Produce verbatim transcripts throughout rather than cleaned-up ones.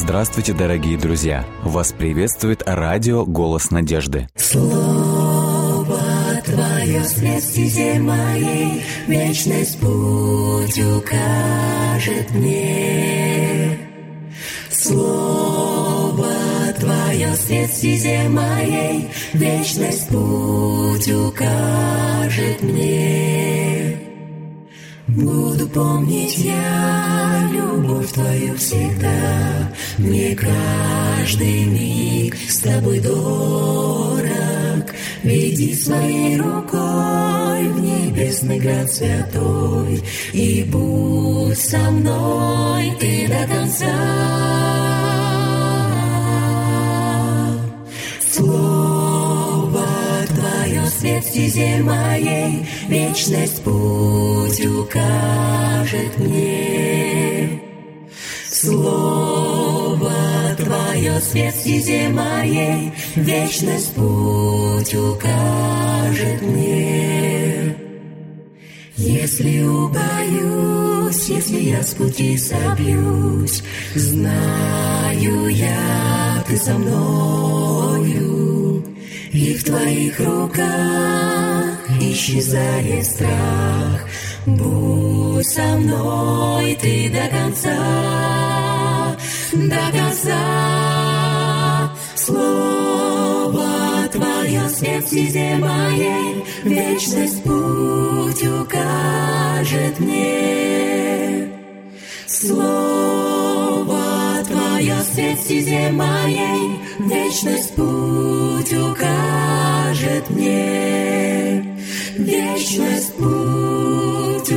Здравствуйте, дорогие друзья! Вас приветствует радио «Голос надежды». Слово Твое свет стезе моей, вечность путь укажет мне. Слово Твое свет стезе моей, вечность путь укажет мне. Буду помнить я любовь Твою всегда, мне каждый миг с Тобой дорог. Веди своей рукой в небесный град святой, и будь со мной Ты до конца. Слово Твое свет стезе моей, вечность путь укажет мне. Слово Твое свет стезе моей, вечность путь укажет мне. Если убоюсь, если я с пути собьюсь, знаю я, Ты со мною, и в Твоих руках исчезает страх. Будь со мной Ты до конца, до конца. Слово Твое свет стезе моей, вечность путь укажет мне. Слово Твое свет стезе моей, вечность путь укажет мне. Вечность путь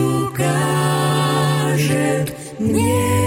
укажет мне.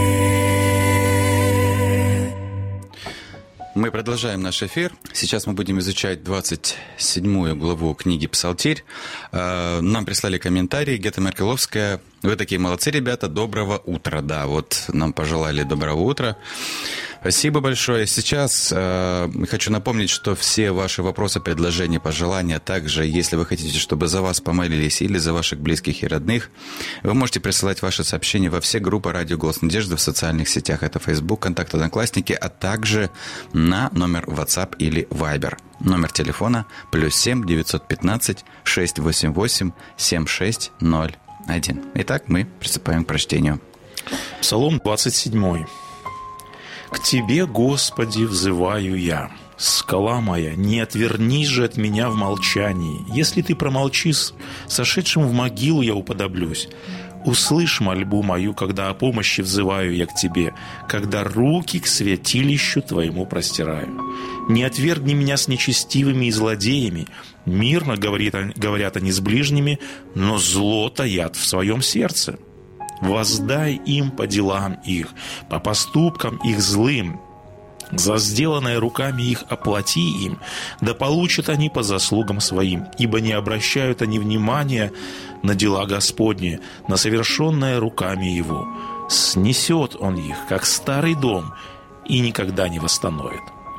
Мы продолжаем наш эфир. Сейчас мы будем изучать двадцать седьмую главу книги «Псалтирь». Нам прислали комментарии. Гета Меркеловская. Вы такие молодцы, ребята. Доброго утра. Да, вот нам пожелали доброго утра. Спасибо большое. Сейчас э, хочу напомнить, что все ваши вопросы, предложения, пожелания, также, если вы хотите, чтобы за вас помолились или за ваших близких и родных, вы можете присылать ваши сообщения во все группы «Радио Голос Надежды» в социальных сетях. Это Facebook, Контакт, Одноклассники, а также на номер WhatsApp или Viber. Номер телефона плюс семь девятьсот пятнадцать шестьсот восемьдесят восемь семьдесят шесть ноль один. Итак, мы приступаем к прочтению. Псалом двадцать семь. «К Тебе, Господи, взываю я, скала моя, не отвернись же от меня в молчании. Если Ты промолчишь, сошедшим в могилу я уподоблюсь. Услышь мольбу мою, когда о помощи взываю я к Тебе, когда руки к святилищу Твоему простираю. Не отвергни меня с нечестивыми и злодеями. Мирно говорит, говорят они с ближними, но зло таят в своем сердце. Воздай им по делам их, по поступкам их злым. За сделанное руками их оплати им, да получат они по заслугам своим, ибо не обращают они внимания на дела Господни, на совершенное руками Его. Снесет Он их, как старый дом, и никогда не восстановит.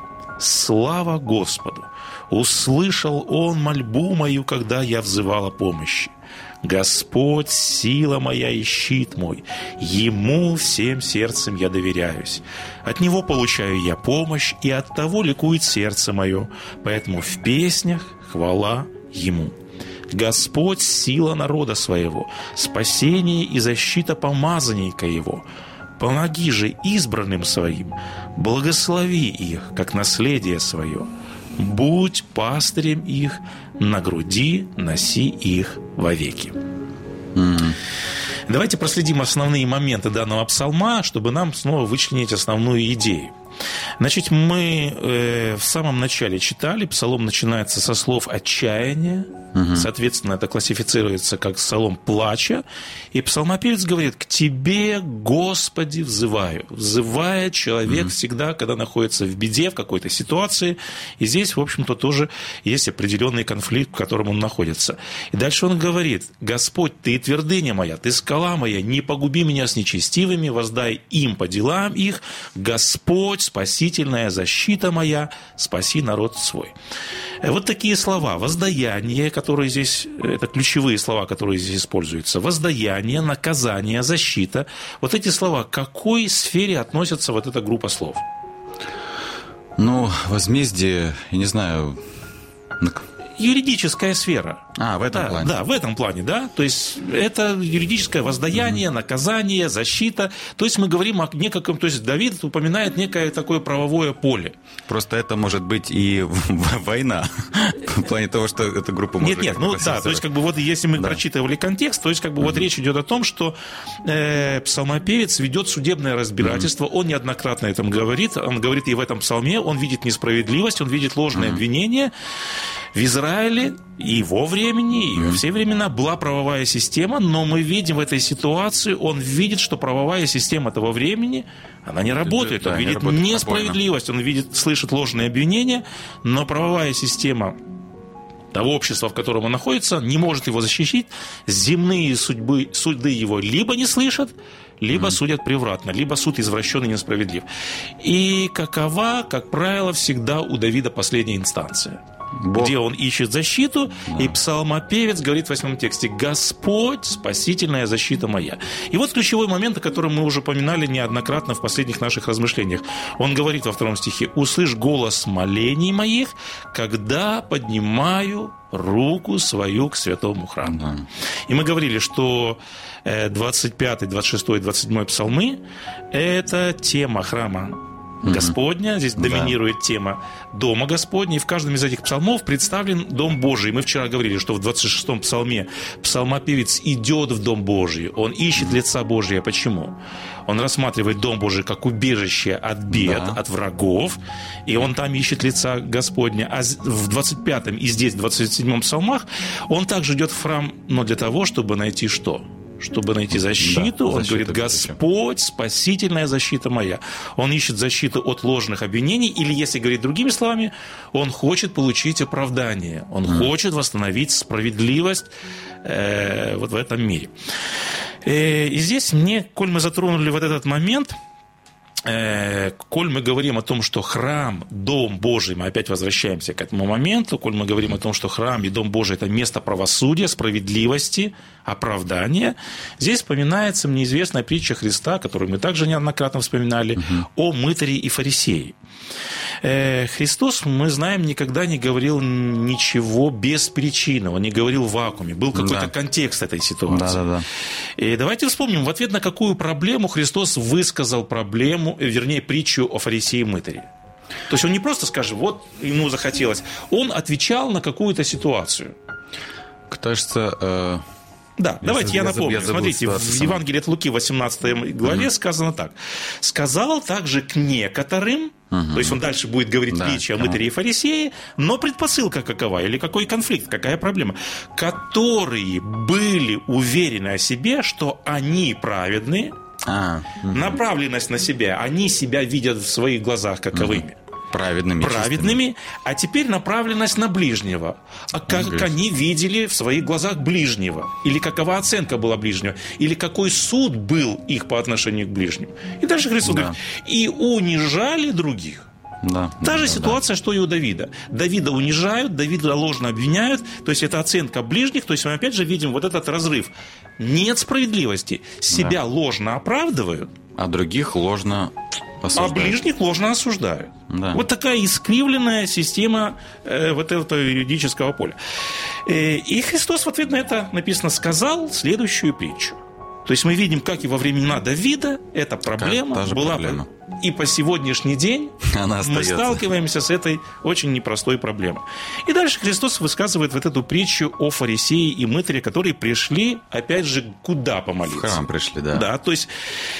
Слава Господу! Услышал Он мольбу мою, когда я взывал о помощи. Господь, сила моя и щит мой, Ему всем сердцем я доверяюсь. От Него получаю я помощь, и от того ликует сердце мое, поэтому в песнях хвала Ему. Господь, сила народа своего, спасение и защита помазанника Его. Помоги же избранным своим, благослови их, как наследие свое. Будь пастырем их, на груди носи их вовеки». Mm-hmm. Давайте проследим основные моменты данного псалма, чтобы нам снова вычленить основную идею. Значит, мы э, в самом начале читали, псалом начинается со слов отчаяния, угу. Соответственно, это классифицируется как псалом плача, и псалмопевец говорит: «К Тебе, Господи, взываю». Взывает человек угу. всегда, когда находится в беде, в какой-то ситуации, и здесь, в общем-то, тоже есть определенный конфликт, в котором он находится. И дальше он говорит: «Господь, Ты твердыня моя, Ты скала моя, не погуби меня с нечестивыми, воздай им по делам их, Господь, спасительная защита моя, спаси народ свой». Вот такие слова. Воздаяние, которые здесь, это ключевые слова, которые здесь используются. Воздаяние, наказание, защита. Вот эти слова, к какой сфере относится вот эта группа слов? Ну, возмездие, я не знаю... Юридическая сфера. А, в этом да, плане. Да, в этом плане, да. То есть это юридическое воздаяние, mm-hmm. наказание, защита. То есть мы говорим о неком, то есть Давид упоминает некое такое правовое поле. Просто это может быть и война. В плане того, что эта группа может... Нет, нет, ну да, то есть как бы вот если мы да. прочитывали контекст, то есть как бы mm-hmm. вот речь идет о том, что э, псалмопевец ведет судебное разбирательство, mm-hmm. он неоднократно этом говорит, он говорит и в этом псалме, он видит несправедливость, он видит ложные mm-hmm. обвинения. В Израиле и во времени, и во все времена была правовая система, но мы видим в этой ситуации, он видит, что правовая система того времени, она не работает. Да, он видит не несправедливость, он видит, слышит ложные обвинения, но правовая система того общества, в котором он находится, не может его защитить. Земные судьбы, суды его либо не слышат, либо mm-hmm. судят превратно, либо суд извращен и несправедлив. И какова, как правило, всегда у Давида последняя инстанция. Бог. Где он ищет защиту, да. и псалмопевец говорит в восьмом тексте: «Господь, спасительная защита моя». И вот ключевой момент, о котором мы уже упоминали неоднократно в последних наших размышлениях. Он говорит во втором стихе: «Услышь голос молений моих, когда поднимаю руку свою к святому храму». Да. И мы говорили, что двадцать пятый, двадцать шестой, двадцать седьмой псалмы – это тема храма Господня, здесь доминирует да. тема Дома Господня, и в каждом из этих псалмов представлен Дом Божий. Мы вчера говорили, что в двадцать шестом псалме псалмопевец идет в Дом Божий, он ищет лица Божия. Почему? Он рассматривает Дом Божий как убежище от бед, да. от врагов, и он там ищет лица Господня. А в двадцать пятом и здесь, в двадцать седьмом псалмах, он также идет в храм, но для того, чтобы найти что? Чтобы найти защиту, да, он говорит: «Господь, спасительная защита моя». Он ищет защиту от ложных обвинений, или, если говорить другими словами, он хочет получить оправдание, он mm. хочет восстановить справедливость э, вот в этом мире. Э, и здесь мне, коль мы затронули вот этот момент, э, коль мы говорим о том, что храм, Дом Божий, мы опять возвращаемся к этому моменту, коль мы говорим о том, что храм и Дом Божий – это место правосудия, справедливости, оправдания, здесь вспоминается мне известная притча Христа, которую мы также неоднократно вспоминали, угу. о мытаре и фарисее. Э, Христос, мы знаем, никогда не говорил ничего без причины, он не говорил в вакууме, был какой-то да. контекст этой ситуации. Да, да, да. И давайте вспомним, в ответ на какую проблему Христос высказал проблему, вернее, притчу о фарисее и мытаре. То есть он не просто скажет, вот ему захотелось, он отвечал на какую-то ситуацию. Кажется... Э... Да, я давайте я, я напомню. Я Смотрите, в Евангелии от Луки, восемнадцатой главе, угу. сказано так. «Сказал также к некоторым», угу. то есть он дальше будет говорить да, притчи о мытаре и фарисее, но предпосылка какова, или какой конфликт, какая проблема, которые были уверены о себе, что они праведны, а, угу. направленность на себя, они себя видят в своих глазах каковыми. Угу. Праведными, праведными, а теперь направленность на ближнего. А как Ближний. Они видели в своих глазах ближнего? Или какова оценка была ближнего? Или какой суд был их по отношению к ближнему? И дальше Христос да. говорит: и унижали других. Да, Та да, же да, ситуация, да. что и у Давида. Давида унижают, Давида ложно обвиняют. То есть это оценка ближних. То есть мы опять же видим вот этот разрыв. Нет справедливости. Себя да. ложно оправдывают, а других ложно осуждают. А ближних ложно осуждают. Да. Вот такая искривленная система э, вот этого юридического поля. Э, и Христос в ответ на это, написано, сказал следующую притчу. То есть мы видим, как и во времена Давида эта проблема была проблема. И по сегодняшний день Она мы сталкиваемся с этой очень непростой проблемой. И дальше Христос высказывает вот эту притчу о фарисее и мытаре, которые пришли, опять же, куда помолиться? В храм пришли, да. Да, то есть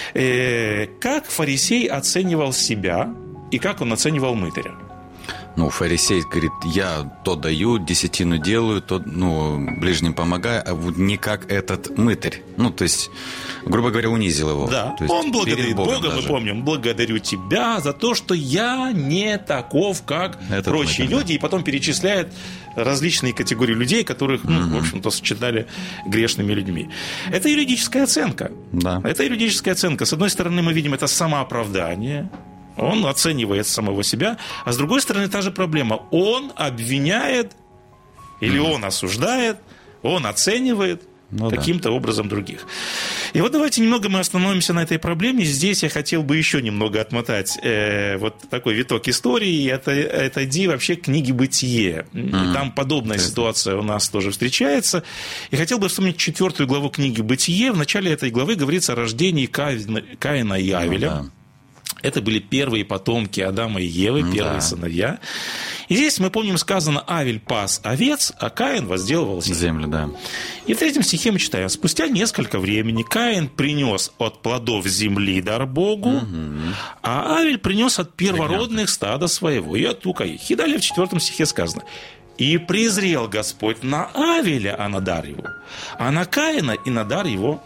э, как фарисей оценивал себя и как он оценивал мытаря? Ну, фарисей говорит: я то даю, десятину делаю, то, ну, ближним помогаю, а вот не как этот мытарь. Ну, то есть, грубо говоря, унизил его. Да, то есть, он благодарит Бога, мы помним: благодарю тебя за то, что я не таков, как этот прочие мытарь, люди, да. И потом перечисляет различные категории людей, которых, ну, угу. в общем-то, сочетали грешными людьми. Это юридическая оценка. Да. Это юридическая оценка. С одной стороны, мы видим это самооправдание. Он оценивает самого себя, а с другой стороны та же проблема. Он обвиняет или mm-hmm. он осуждает, он оценивает ну, каким-то да. образом других. И вот давайте немного мы остановимся на этой проблеме. Здесь я хотел бы еще немного отмотать э, вот такой виток истории. Это, это иди вообще к книге «Бытие». Mm-hmm. Там подобная Интересно. Ситуация у нас тоже встречается. И хотел бы вспомнить четвертую главу книги «Бытие». В начале этой главы говорится о рождении Каина, Каина и Авеля. Mm-hmm. Это были первые потомки Адама и Евы, первые да. сыновья. И здесь, мы помним, сказано, Авель пас овец, а Каин возделывал землю. землю да. И в третьем стихе мы читаем: спустя несколько времени Каин принес от плодов земли дар Богу, угу. а Авель принес от первородных стада своего и от тука их. И далее в четвертом стихе сказано: и презрел Господь на Авеля, а на дар его, а на Каина и на дар его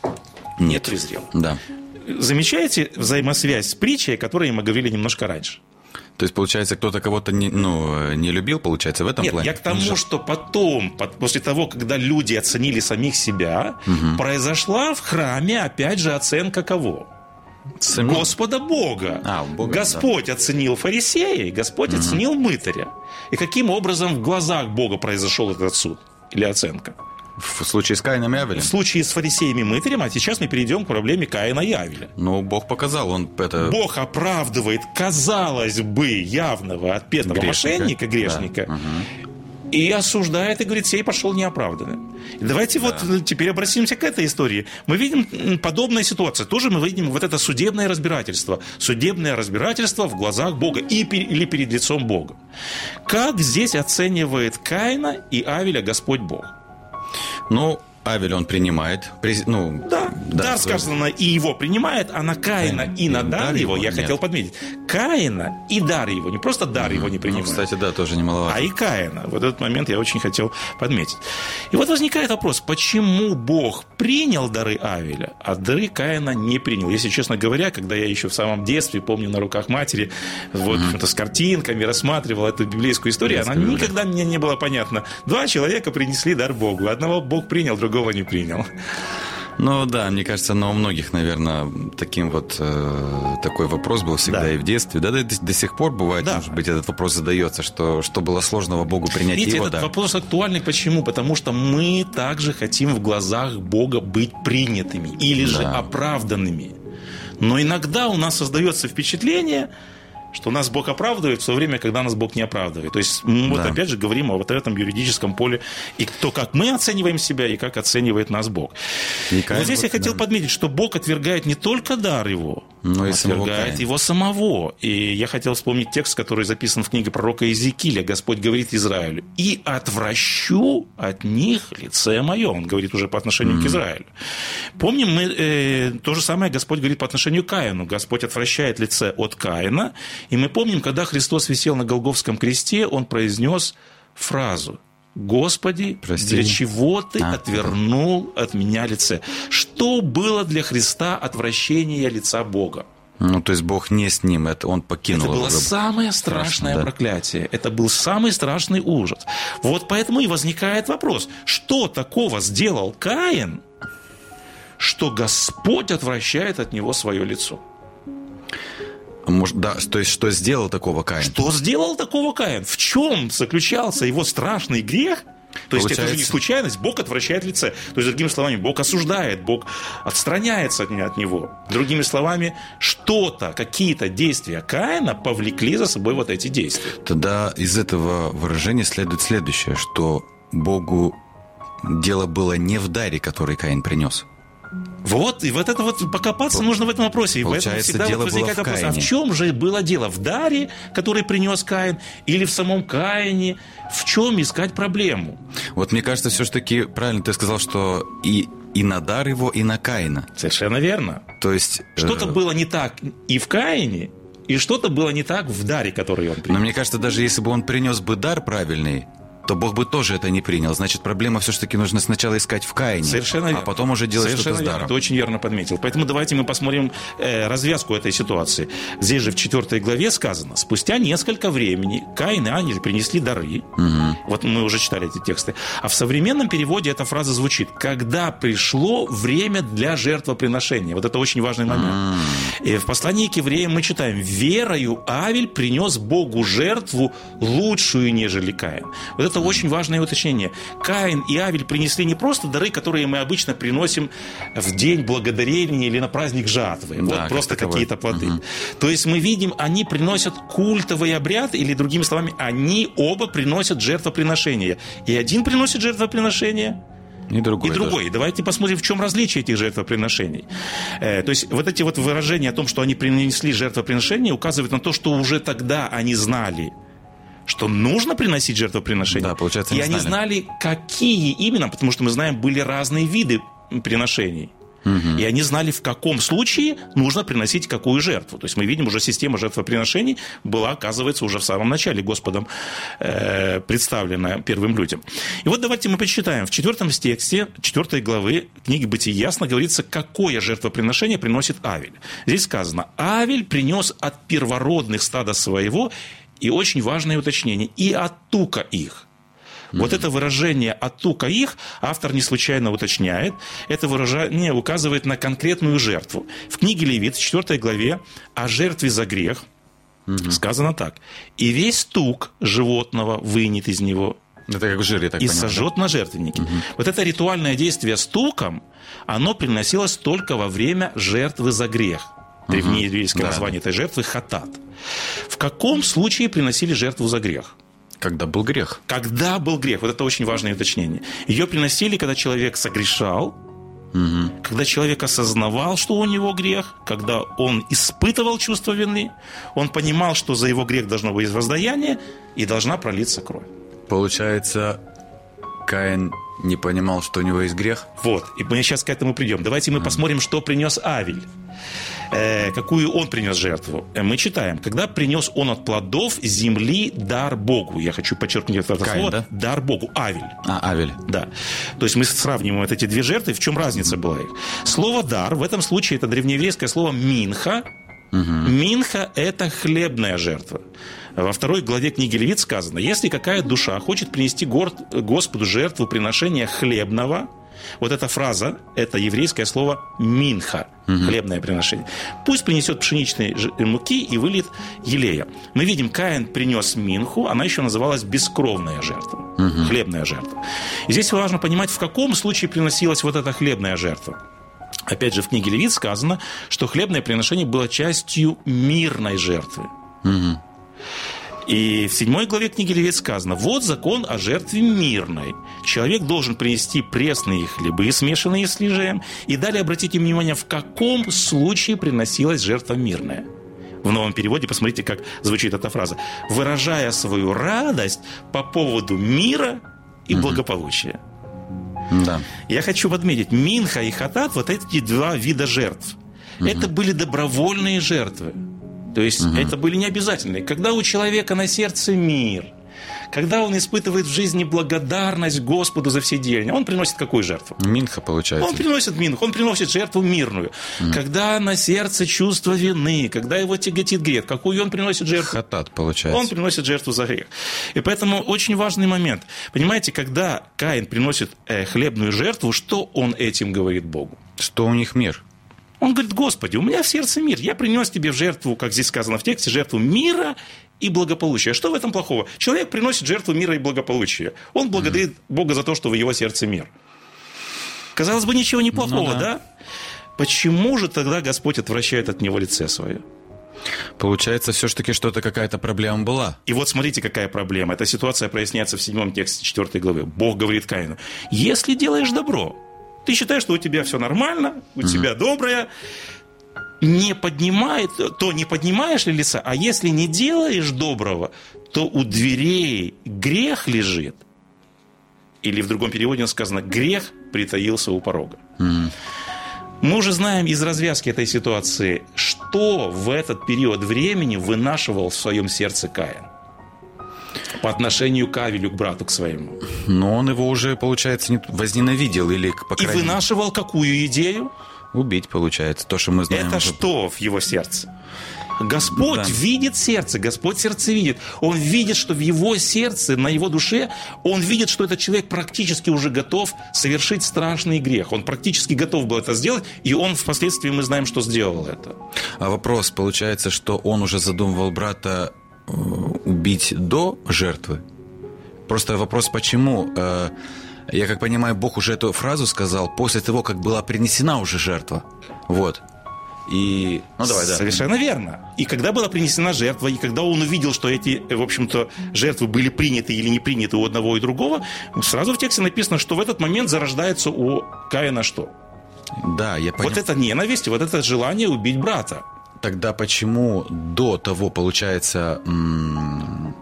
не презрел. Да. Замечаете взаимосвязь с притчей, о которой мы говорили немножко раньше? То есть, получается, кто-то кого-то не, ну, не любил, получается, в этом Нет, плане? Нет, я к тому, Жал. что потом, после того, когда люди оценили самих себя, угу. произошла в храме, опять же, оценка кого? Сами... Господа Бога. А, Бога Господь да. оценил фарисея, Господь угу. оценил мытаря. И каким образом в глазах Бога произошел этот суд или оценка? В случае с Каином и Авелем? В случае с фарисеем и мытарем, а сейчас мы перейдем к проблеме Каина и Авеля. Ну, Бог показал, он это... Бог оправдывает, казалось бы, явного отпетого грешника. мошенника, грешника, да. угу. и осуждает, и говорит, сей пошел неоправданным. И давайте да. вот теперь обратимся к этой истории. Мы видим подобную ситуацию. Тоже мы видим вот это судебное разбирательство. Судебное разбирательство в глазах Бога и, или перед лицом Бога. Как здесь оценивает Каина и Авеля Господь Бог? Ну, Авель он принимает. Ну, да, да, дар сказано, и его принимает, а на Каина Каин, и на дар, дар его, его я нет. хотел подметить, Каина и дар его, не просто дар mm-hmm. его не принимает. Ну, кстати, да, тоже немаловажно. А и Каина. Вот этот момент я очень хотел подметить. И вот возникает вопрос, почему Бог принял дары Авеля, а дары Каина не принял? Если честно говоря, когда я еще в самом детстве, помню, на руках матери, вот mm-hmm. это с картинками рассматривал эту библейскую историю, Библейская она никогда да. мне не было понятно. Два человека принесли дар Богу, одного Бог принял, другого не принял. Ну да, мне кажется, но у многих, наверное, таким вот э, такой вопрос был всегда да. и в детстве. Да, да до, до сих пор бывает, да. может быть, этот вопрос задается, что, что было сложного Богу принять Видите, его этот дар. Вопрос актуальный. Почему? Потому что мы также хотим в глазах Бога быть принятыми или да. же оправданными. Но иногда у нас создается впечатление, что нас Бог оправдывает в то время, когда нас Бог не оправдывает. То есть мы да. вот опять же говорим о вот этом юридическом поле, и то, как мы оцениваем себя, и как оценивает нас Бог. И вот здесь вот, я хотел да. подметить, что Бог отвергает не только дар его, но и отвергает его самого. И я хотел вспомнить текст, который записан в книге пророка Иезекииля. Господь говорит Израилю: «И отвращу от них лице мое». Он говорит уже по отношению mm-hmm. к Израилю. Помним, мы, э, то же самое Господь говорит по отношению к Каину. Господь отвращает лице от Каина. И мы помним, когда Христос висел на Голгофском кресте, Он произнес фразу: «Господи, Прости. для чего Ты а, отвернул да. от меня лице?» Что было для Христа отвращение лица Бога? Ну, то есть Бог не с ним, это Он покинул его. Это было его. самое страшное Страшно, да. проклятие. Это был самый страшный ужас. Вот поэтому и возникает вопрос, что такого сделал Каин, что Господь отвращает от него свое лицо? Может, да, то есть, что сделал такого Каин? Что сделал такого Каин? В чем заключался его страшный грех? То есть, Получается... это же не случайность, Бог отвращает лице. То есть, другими словами, Бог осуждает, Бог отстраняется от него. Другими словами, что-то, какие-то действия Каина повлекли за собой вот эти действия. Тогда из этого выражения следует следующее, что Богу дело было не в даре, который Каин принес. Вот, и вот это вот покопаться Бог. нужно в этом вопросе. И поэтому всегда вот возникает вопрос, а в чем же было дело? В даре, который принес Каин, или в самом Каине? В чем искать проблему? Вот мне кажется, все-таки правильно ты сказал, что и, и на дар его, и на Каина. Совершенно верно. То есть... Что-то э... было не так и в Каине, и что-то было не так в даре, который он принес. Но мне кажется, даже если бы он принес бы дар правильный, то Бог бы тоже это не принял. Значит, проблема все-таки нужно сначала искать в Каине, Совершенно а верно. потом уже делать Совершенно что-то с даром. Ты очень верно подметил. Поэтому давайте мы посмотрим э, развязку этой ситуации. Здесь же в четвертой главе сказано: спустя несколько времени Каин и Авель принесли дары. Угу. Вот мы уже читали эти тексты. А в современном переводе эта фраза звучит: когда пришло время для жертвоприношения. Вот это очень важный момент. Угу. И в послании к евреям мы читаем: верою Авель принес Богу жертву лучшую, нежели Каин. Вот это это очень важное уточнение. Каин и Авель принесли не просто дары, которые мы обычно приносим в день благодарения или на праздник жатвы. Да, вот просто как какие-то плоды. Угу. То есть мы видим, они приносят культовый обряд, или, другими словами, они оба приносят жертвоприношения. И один приносит жертвоприношение, И другой. И другой. Тоже. Давайте посмотрим, в чем различие этих жертвоприношений. Э, то есть вот эти вот выражения о том, что они принесли жертвоприношение, указывают на то, что уже тогда они знали, что нужно приносить жертвоприношения. Да, получается, и они они знали. знали, какие именно, потому что мы знаем, были разные виды приношений. Угу. И они знали, в каком случае нужно приносить какую жертву. То есть мы видим, уже система жертвоприношений была, оказывается, уже в самом начале Господом э, представлена первым людям. И вот давайте мы почитаем. В четвертом тексте четвёртой главы книги Бытия ясно говорится, какое жертвоприношение приносит Авель. Здесь сказано: Авель принес от первородных стада своего, и очень важное уточнение, и от тука их. Вот это выражение «от тука их» автор не случайно уточняет. Это выражение указывает на конкретную жертву. В книге Левит, в четвёртой главе, о жертве за грех угу. сказано так: «И весь тук животного вынет из него». Это как жир, я так и понимаю, сожжет да? на жертвеннике. Угу. Вот это ритуальное действие с туком, оно приносилось только во время жертвы за грех. Древнееврейское угу. название да. этой жертвы – хатат. В каком случае приносили жертву за грех? Когда был грех. Когда был грех. Вот это очень важное уточнение. Ее приносили, когда человек согрешал, угу. когда человек осознавал, что у него грех, когда он испытывал чувство вины, он понимал, что за его грех должно быть воздаяние и должна пролиться кровь. Получается, Каин не понимал, что у него есть грех? Вот. И мы сейчас к этому придем. Давайте мы угу. посмотрим, что принес Авель. Э, какую он принес жертву. Мы читаем: когда принес он от плодов земли дар Богу. Я хочу подчеркнуть это Каин, слово. Да? Дар Богу. Авель. А, Авель. Да. То есть мы сравниваем вот эти две жертвы. В чем разница была их? Слово дар в этом случае это древнееврейское слово минха. Угу. Минха – это хлебная жертва. Во второй главе книги Левит сказано: если какая душа хочет принести Господу жертву приношения хлебного, вот эта фраза, это еврейское слово «минха», угу. хлебное приношение. Пусть принесет пшеничной муки и выльет елея. Мы видим, Каин принес минху, она еще называлась бескровная жертва, угу. хлебная жертва. И здесь важно понимать, в каком случае приносилась вот эта хлебная жертва. Опять же, в книге Левит сказано, что хлебное приношение было частью мирной жертвы. Угу. И в седьмой главе книги Левит сказано: вот закон о жертве мирной. Человек должен принести пресные хлебы, смешанные с лежеем. И далее обратите внимание, в каком случае приносилась жертва мирная. В новом переводе посмотрите, как звучит эта фраза: выражая свою радость по поводу мира и благополучия. Да. Я хочу подметить, минха и хатат, вот эти два вида жертв, угу. это были добровольные жертвы. То есть угу. это были не обязательные. Когда у человека на сердце мир, когда он испытывает в жизни благодарность Господу за все деяния, он приносит какую жертву? Минха, получается. Он приносит минху, он приносит жертву мирную. Угу. Когда на сердце чувство вины, когда его тяготит грех, какую он приносит жертву? Хатат, получается. Он приносит жертву за грех. И поэтому очень важный момент. Понимаете, когда Каин приносит э, хлебную жертву, что он этим говорит Богу? Что у них мир. Он говорит: Господи, у меня в сердце мир. Я принес тебе в жертву, как здесь сказано в тексте, жертву мира и благополучия. Что в этом плохого? Человек приносит жертву мира и благополучия. Он благодарит mm-hmm. Бога за то, что в его сердце мир. Казалось бы, ничего не плохого, ну, да. да? Почему же тогда Господь отвращает от него лице свое? Получается, все-таки что-то, какая-то проблема была. И вот смотрите, какая проблема. Эта ситуация проясняется в седьмом тексте четвёртой главы. Бог говорит Каину: если делаешь добро, ты считаешь, что у тебя все нормально, у mm-hmm. тебя доброе, не поднимает, то не поднимаешь ли лица, а если не делаешь доброго, то у дверей грех лежит. Или в другом переводе сказано: грех притаился у порога. Mm-hmm. Мы уже знаем из развязки этой ситуации, что в этот период времени вынашивал в своем сердце Каин по отношению к Авелю, к брату к своему. Но он его уже, получается, возненавидел или, по крайней мере... И вынашивал какую идею? Убить, получается, то, что мы знаем. Это уже... что в его сердце? Господь да. видит сердце, Господь сердце видит. Он видит, что в его сердце, на его душе, он видит, что этот человек практически уже готов совершить страшный грех. Он практически готов был это сделать, и он впоследствии, мы знаем, что сделал это. А вопрос, получается, что он уже задумывал брата убить до жертвы? Просто вопрос, почему... Э, я как понимаю, Бог уже эту фразу сказал после того, как была принесена уже жертва. Вот. И... Ну, давай, да. Совершенно верно. И когда была принесена жертва, и когда он увидел, что эти, в общем-то, жертвы были приняты или не приняты у одного и другого, сразу в тексте написано, что в этот момент зарождается у Каина что? Да, я понял. Вот это ненависть, вот это желание убить брата. Тогда почему до того, получается, м-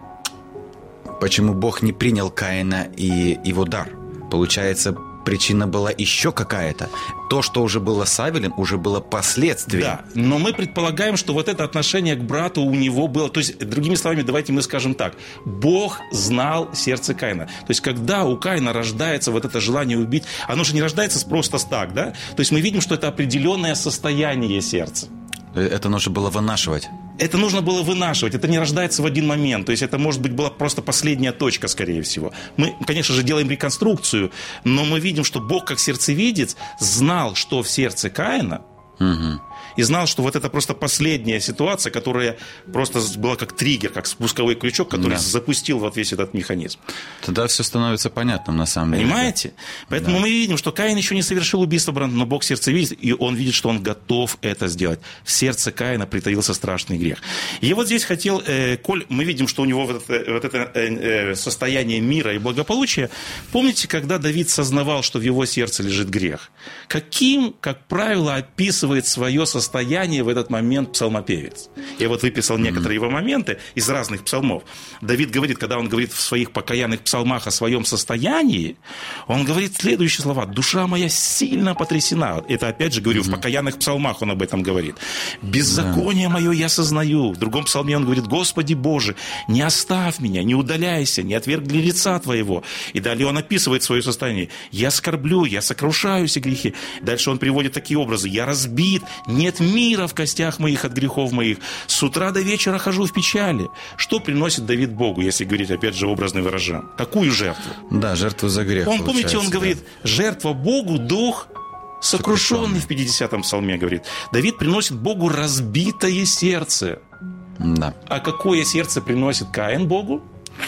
почему Бог не принял Каина и его дар? Получается, причина была еще какая-то. То, что уже было с Авелем, уже было последствием. Да, но мы предполагаем, что вот это отношение к брату у него было... То есть, другими словами, давайте мы скажем так. Бог знал сердце Каина. То есть, когда у Каина рождается вот это желание убить, оно же не рождается просто так, да? То есть, мы видим, что это определенное состояние сердца. Это нужно было вынашивать. Это нужно было вынашивать, это не рождается в один момент. То есть это, может быть, была просто последняя точка, скорее всего. Мы, конечно же, делаем реконструкцию, но мы видим, что Бог, как сердцевидец, знал, что в сердце Каина, угу. и знал, что вот это просто последняя ситуация, которая просто была как триггер, как спусковой крючок, который да. запустил вот весь этот механизм. Тогда все становится понятным, на самом деле. Понимаете? Поэтому да. мы видим, что Каин еще не совершил убийство брата, но Бог сердцевидец, и он видит, что он готов это сделать. В сердце Каина притаился страшный грех. И вот здесь хотел, э, коль мы видим, что у него вот это, вот это э, состояние мира и благополучия, помните, когда Давид сознавал, что в его сердце лежит грех? Каким, как правило, описывает свое состояние состояние в этот момент псалмопевец. Я вот выписал некоторые его моменты из разных псалмов. Давид говорит, когда он говорит в своих покаянных псалмах о своем состоянии, он говорит следующие слова: «Душа моя сильно потрясена». Это, опять же, говорю, в покаянных псалмах он об этом говорит. «Беззаконие мое я сознаю». В другом псалме он говорит: «Господи Боже, не оставь меня, не удаляйся, не отвергли лица Твоего». И далее он описывает свое состояние. «Я скорблю, я сокрушаюсь о грехе». Дальше он приводит такие образы: «Я разбит, нет мира в костях моих от грехов моих. С утра до вечера хожу в печали». Что приносит Давид Богу, если говорить, опять же, образно выражаем? Какую жертву? Да, жертву за грех. Он, помните, он говорит, да. жертва Богу, дух сокрушенный, в пятидесятом псалме говорит. Давид приносит Богу разбитое сердце. Да. А какое сердце приносит Каин Богу?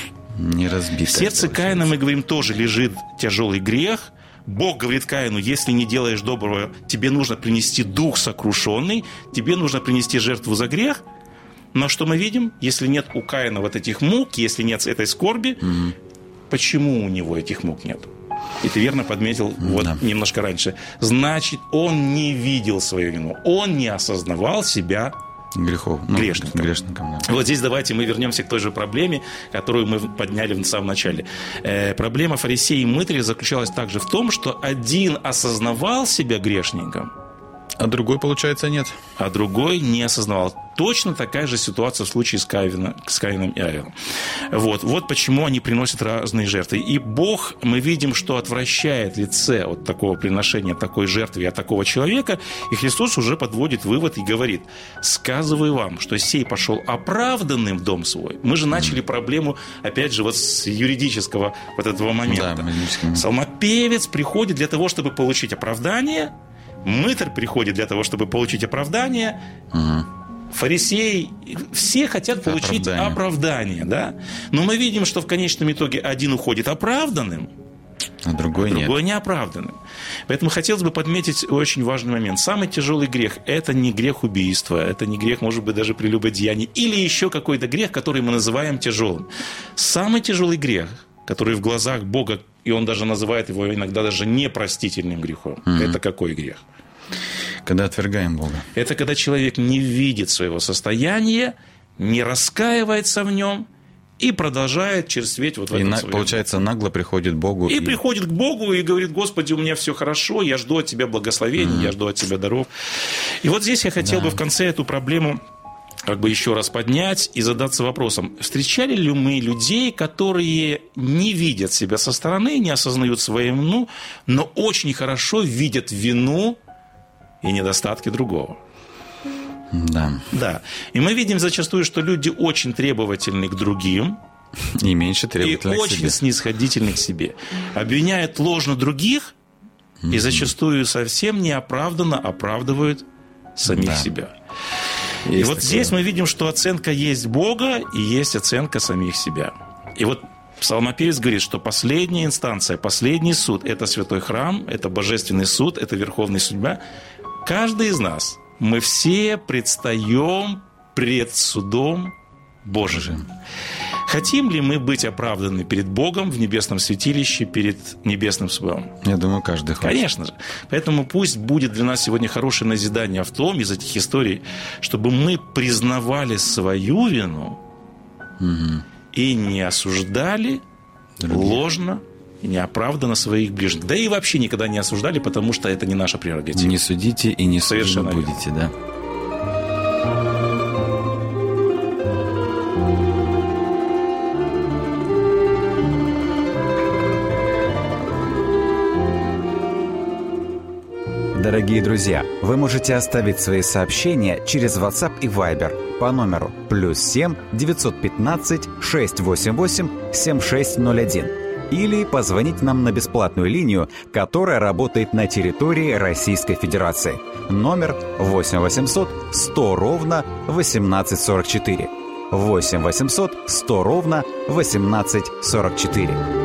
Не разбитое. В сердце Каина, мы говорим, тоже лежит тяжелый грех. Бог говорит Каину: если не делаешь доброго, тебе нужно принести дух сокрушенный, тебе нужно принести жертву за грех. Но что мы видим? Если нет у Каина вот этих мук, если нет этой скорби, mm-hmm. почему у него этих мук нет? И ты верно подметил вот да. немножко раньше. Значит, он не видел свою вину, он не осознавал себя Грехов, ну, грешником. грешником да. Вот здесь давайте мы вернемся к той же проблеме, которую мы подняли в самом начале. Э, проблема фарисея и мытаря заключалась также в том, что один осознавал себя грешником, а другой, получается, нет. А другой не осознавал. Точно такая же ситуация в случае с, Каином, с Каином и Авелем. Вот. вот почему они приносят разные жертвы. И Бог, мы видим, что отвращает лице от такого приношения, такой жертвы от такого человека. И Христос уже подводит вывод и говорит: «Сказываю вам, что сей пошел оправданным в дом свой». Мы же начали проблему, опять же, вот с юридического вот этого момента. Да, псалмопевец приходит для того, чтобы получить оправдание. Мытарь приходит для того, чтобы получить оправдание. Угу. Фарисеи, все хотят получить оправдание. оправдание, да? Но мы видим, что в конечном итоге один уходит оправданным, а другой, а другой нет. неоправданным. Поэтому хотелось бы подметить очень важный момент. Самый тяжелый грех – это не грех убийства, это не грех, может быть, даже прелюбодеяния, или еще какой-то грех, который мы называем тяжелым. Самый тяжелый грех, который в глазах Бога, и он даже называет его иногда даже непростительным грехом, mm-hmm. это какой грех? Когда отвергаем Бога. Это когда человек не видит своего состояния, не раскаивается в нем и продолжает черстветь вот в этом на, своем. Получается, нагло приходит к Богу. И, и приходит к Богу и говорит: «Господи, у меня все хорошо, я жду от Тебя благословений, mm-hmm. я жду от Тебя даров». И вот здесь я хотел да. бы в конце эту проблему как бы еще раз поднять и задаться вопросом: встречали ли мы людей, которые не видят себя со стороны, не осознают свою вину, но очень хорошо видят вину и недостатки другого? Да. Да. И мы видим зачастую, что люди очень требовательны к другим. И меньше требовательны и к очень себе. снисходительны к себе. Обвиняют ложно других mm-hmm. и зачастую совсем неоправданно оправдывают самих да. себя. Есть и вот такое. Здесь мы видим, что оценка есть Бога и есть оценка самих себя. И вот Псалмопевец говорит, что последняя инстанция, последний суд – это святой храм, это божественный суд, это верховная судьба. Каждый из нас, мы все предстаем пред судом Божьим. Хотим ли мы быть оправданы перед Богом в небесном святилище, перед небесным судом? Я думаю, каждый хочет. Конечно же. Поэтому пусть будет для нас сегодня хорошее назидание в том, из этих историй, чтобы мы признавали свою вину угу. и не осуждали Другие. ложно и неоправданно своих ближних. Да и вообще никогда не осуждали, потому что это не наша прерогатива. Не судите и не судимы будете, да. Дорогие друзья, вы можете оставить свои сообщения через WhatsApp и Viber по номеру плюс семь девятьсот пятнадцать шестьсот восемьдесят восемь семьдесят шесть ноль один или позвонить нам на бесплатную линию, которая работает на территории Российской Федерации. Номер восемь восемьсот сто ровно восемнадцать сорок четыре. восемь восемьсот сто ровно восемнадцать сорок четыре.